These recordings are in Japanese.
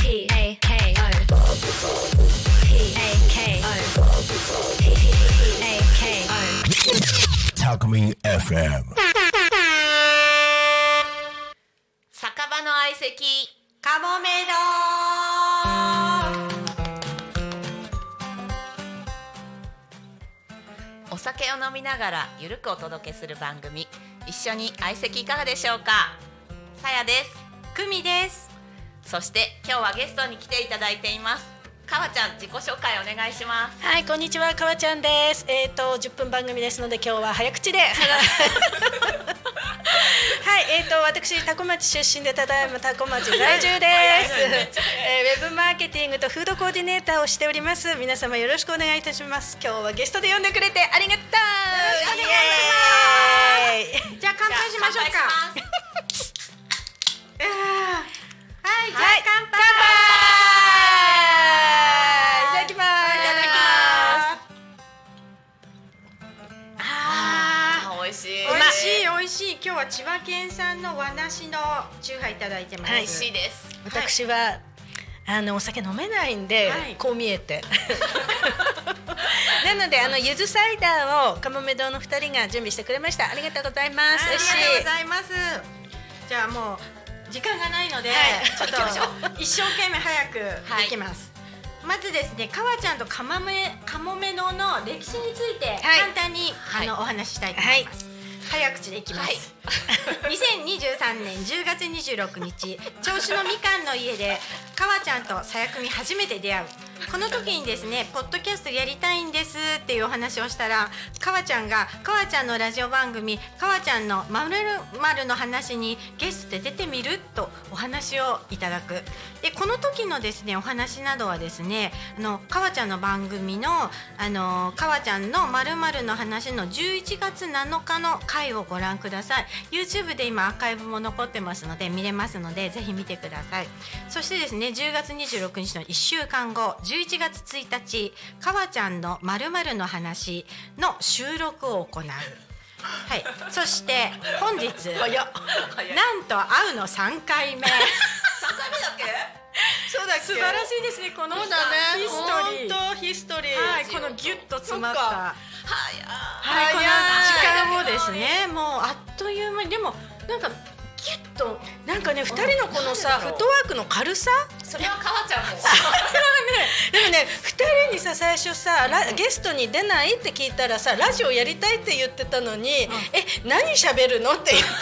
タコミン FM 酒場の相席カモメド。お酒を飲みながらゆるくお届けする番組、一緒に相席いかがでしょうか。さやです。 くみです。 そして今日はゲストに来ていただいています。かわちゃん、自己紹介お願いします。 はい、こんにちは、かわちゃんです。10分番組ですので今日は早口ではい、私タコ町出身でただいまタコ町在住です。ウェブマーケティングとフードコーディネーターをしております。皆様よろしくお願いいたします。今日はゲストで呼んでくれてありがとう。 イエーイ。じゃあ乾杯しましょうか。はい、じゃあ乾杯。美味しい。今日は千葉県産の和梨のチューハイいただいてます。 美味しいです。 私は、お酒飲めないんで、こう見えてなので柚子サイダーをカモメ堂の2人が準備してくれました。ありがとうございます。 ありがとうございます。じゃあもう時間がないので、ちょっと一生懸命早くいきます。まずですね、かわちゃんとカモメ堂の歴史について簡単に、お話ししたいと思います。早口でいきます。2023年10月26日、銚子のみかんの家でかわちゃんとさやくみ初めて出会う。この時にですね、ポッドキャストやりたいんですっていうお話をしたら、かわちゃんがかわちゃんのラジオ番組かわちゃんのまるまるの話にゲストで出てみるとお話をいただく。でこの時のですね、お話などはですね、かわちゃんの番組のかわちゃんのまるまるの話の11月7日の回をご覧ください。 YouTube で今アーカイブも残ってますので見れますので、ぜひ見てください。そしてですね、10月26日の1週間後、11月1日、かわちゃんのまるまるの話の収録を行う。はい、そして本日なんと会うの3回目。3回目だっけ？そうだっけ？素晴らしいですね、このヒストリー。本当ヒストリー。はい、このギュッと詰まった。はい、この時間をですね、もうあっという間に、でもなんかギュッとなんかね、2人のこのさ、フットワークの軽さ、 それはかわちゃんもでもね、2人にさ、最初さ、ゲストに出ないって聞いたらさ、ラジオやりたいって言ってたのに、何喋るのって言って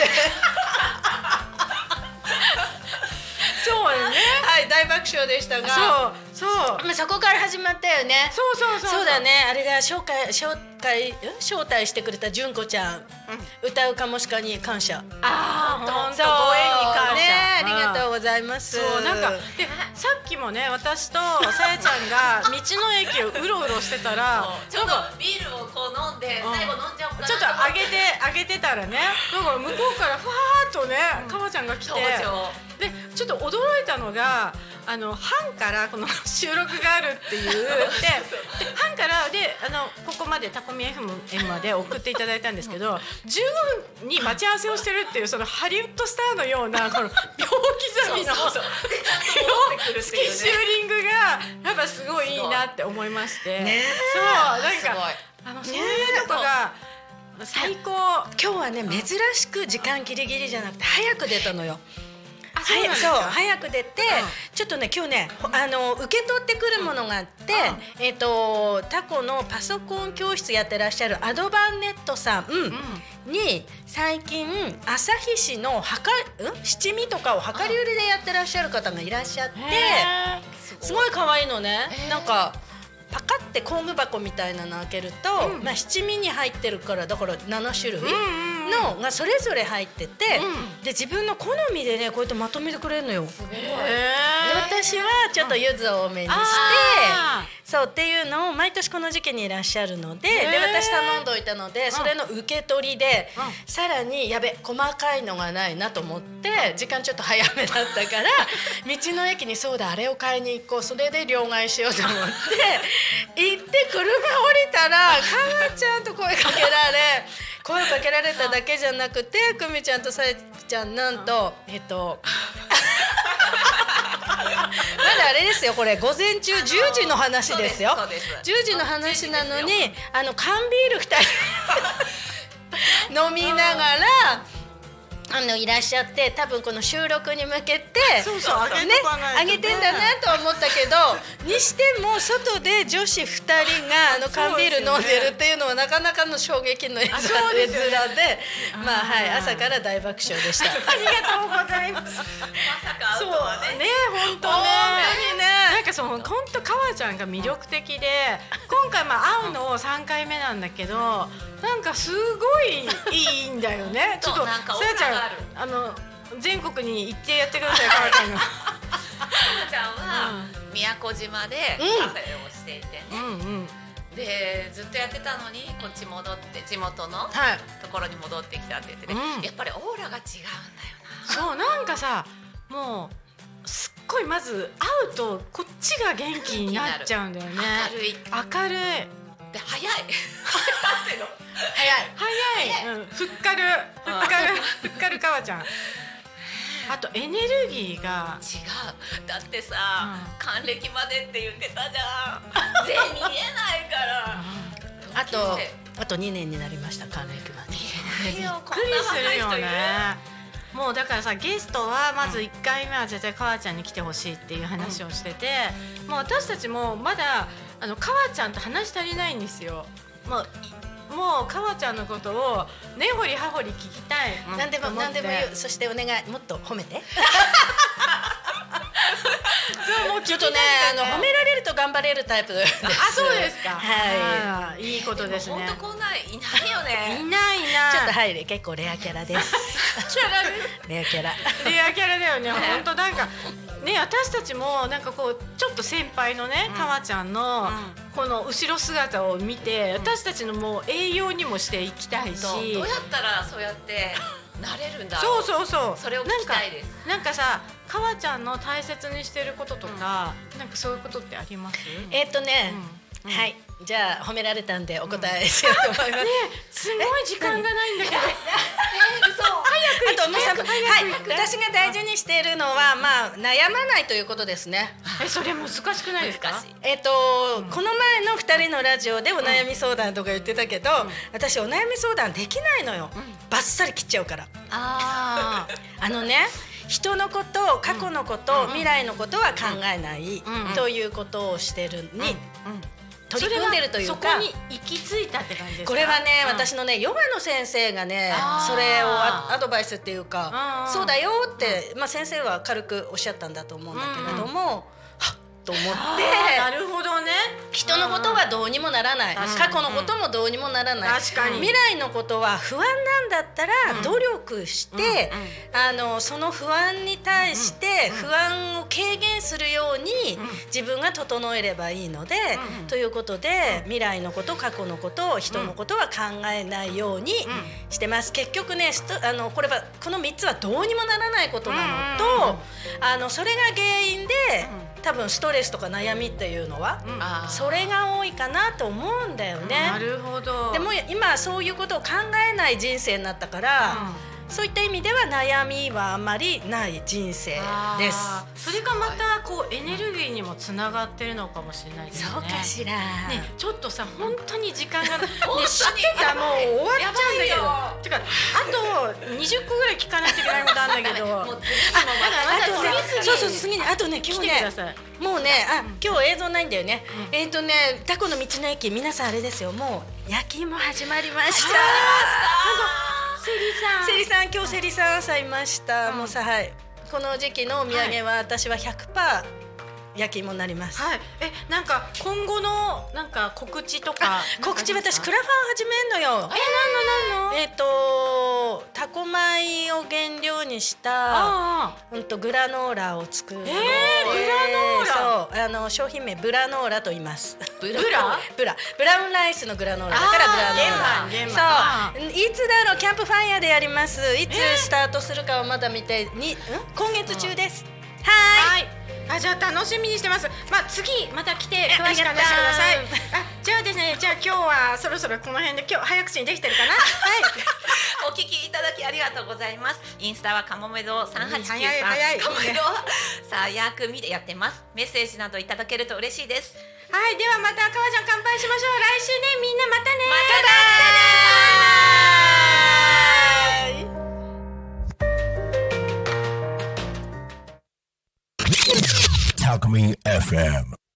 そうね、はい、大爆笑でしたが、そこから始まったよね。そうだね。あれが招待してくれた純子ちゃん、歌うかもしかに感謝。 本当、ご縁に感謝ね、ありがとうございます。 なんかでさっきもね、私とさやちゃんが道の駅をうろうろしてたら、 ちょっとビールをこう飲んで、最後飲んじゃおうかな、 ちょっと上げてたらね、だから向こうからふわーっとね、かわちゃんが来て、でちょっと驚いたのが、班からこの収録があるっていうで班からでここまでタコミ FM まで送っていただいたんですけど、15分に待ち合わせをしてるっていう、そのハリウッドスターのようなこの秒刻みのスケジューリングがやっぱすごいいいなって思いまして、そうなんかそういうとこが最高。 今日はね、珍しく時間ギリギリじゃなくて早く出たのよ。 そう早く出て、ちょっとね、今日ね、受け取ってくるものがあって、タコのパソコン教室やってらっしゃるアドバンネットさんに、最近旭市の七味とかを量り売りでやってらっしゃる方がいらっしゃって、すごい可愛いのね。なんかパカって工具箱みたいなの開けると、七味に入ってるから、だから7種類のがそれぞれ入ってて、で自分の好みでね、こうやってまとめてくれるのよ。で私はちょっと柚子を多めにして、そうっていうのを毎年この時期にいらっしゃるので、で私頼んどいたので、それの受け取りで、さらに細かいのがないなと思って、時間ちょっと早めだったから道の駅にそうだ、あれを買いに行こう、それで両替しようと思って行って車降りたら、かわちゃんと声かけられただけじゃなくて、くみちゃんとさえちゃん、なんとまだですよこれ午前中10時の話ですよ。 そうです 10時の話なのに缶ビール2人飲みながらいらっしゃって、多分この収録に向けてそうそう、 ね、あげてんだなとは思ったけどにしても外で女子2人が缶ビール飲んでるっていうのはなかなかの衝撃の絵面で、まあはい、朝から大爆笑でした。 ありがとうございます。 まさか会うとはね。 本当ね。なんか本当かわちゃんが魅力的で、今回会うの3回目なんだけど、なんかすごいいいんだよね。ちょっとさやちゃん全国に行ってやってください。かわちゃんが。 かわちゃんは宮古島でカフェをしていてね。でずっとやってたのにこっち戻って地元のところに戻ってきたって言ってね、やっぱりオーラが違うんだよな。 そう、なんかさ、もうすっごいまず会うとこっちが元気になっちゃうんだよね。明るいで早い早い、ふっかるかわちゃん。あとエネルギーが違う。だってさ、還暦までって言ってたじゃん。全然見えないから。 あと2年になりました、還暦まで。 びっくりするよね。もうだからさ、ゲストはまず1回目は絶対かわちゃんに来てほしいっていう話をしてて、もう私たちもまだかわちゃんと話し足りないんですよ。もうかわちゃんのことを根掘り葉掘り聞きたい。 何でも言う。そしてお願い、もっと褒めて。もうちょっとね、褒められると頑張れるタイプです。 そうですか。 はい。 いいことですね。 本当こんないないよね。 いない。 ちょっとはい、結構レアキャラです。レアキャラだよね。本当なんかね、私たちもなんかこうちょっと先輩のね、かわちゃんのこの後ろ姿を見て、私たちのもう栄養にもしていきたいし。 どうやったらそうやってなれるんだろう。 そう。 それを聞きたいです。 なんかさ、かわちゃんの大切にしてることとか、なんかそういうことってあります？ はい。じゃあ褒められたんでお答えしようと思います。 すごい時間がないんだけど。 私が大事にしているのは、悩まないということですね。 それ難しくないですか？ この前の2人のラジオでお悩み相談とか言ってたけど、私お悩み相談できないのよ。バッサリ切っちゃうから。人のこと、過去のこと、未来のことは考えないということをしてるに取り組んでるというか、 そこに行き着いたって感じですか？ これはね、私のねヨガの先生がねそれをアドバイスっていうか、そうだよって、先生は軽くおっしゃったんだと思うんだけれども、はっと思って、 なるほどね。 人のことはどうにもならない、過去のこともどうにもならない、 確かに未来のことは不安なんだったら努力して、その不安に対して不安を軽減するように自分が整えればいいので、ということで未来のこと、過去のこと、人のことは考えないようにしてます。結局ね、この3つはどうにもならないことなのと、それが原因で多分ストレスとか悩みっていうのは、それが多いかなと思うんだよね。 なるほど。 でも今そういうことを考えない人生になったから、そういった意味では悩みはあんまりない人生です。 それがまたこうエネルギーにもつながってるのかもしれないですね。 そうかしら。 ね、ちょっとさ、本当に時間がね、知ってた、もう終わっちゃうんだけど。てかあと20個ぐらい聞かないといけないことあるんだけど。 もう次そう次にあとね、今日ね、もうね、今日映像ないんだよね。タコの道の駅、皆さんあれですよ、もう焼き芋始まりました。セリさん、今日セリさん朝いました。もうさ、はい、この時期のお土産は私は 100% 焼き芋になります。 はい。なんか今後のなんか告知とか。 告知、私クラファン始めんのよ。 なんの？ タコ米を原料にしたグラノーラを作る。 グラノーラ。そう、商品名ブラノーラと言います。 ブラウンライスのグラノーラだからブラノーラ。そう。いつだろう、キャンプファイヤーでやります。いつスタートするかはまだ見て、今月中です。はい。 じゃあ楽しみにしてます。次また来て詳しく話してください。じゃあですね、じゃあ今日はそろそろこの辺で、今日早口にできてるかな。はい。 お聞きいただきありがとうございます。インスタはかもめ堂3893、かもめ堂さやくみでやってます。メッセージなどいただけると嬉しいです。 はい、ではまたかわちゃん乾杯しましょう。来週ね、みんなまたね。 Talk Me FM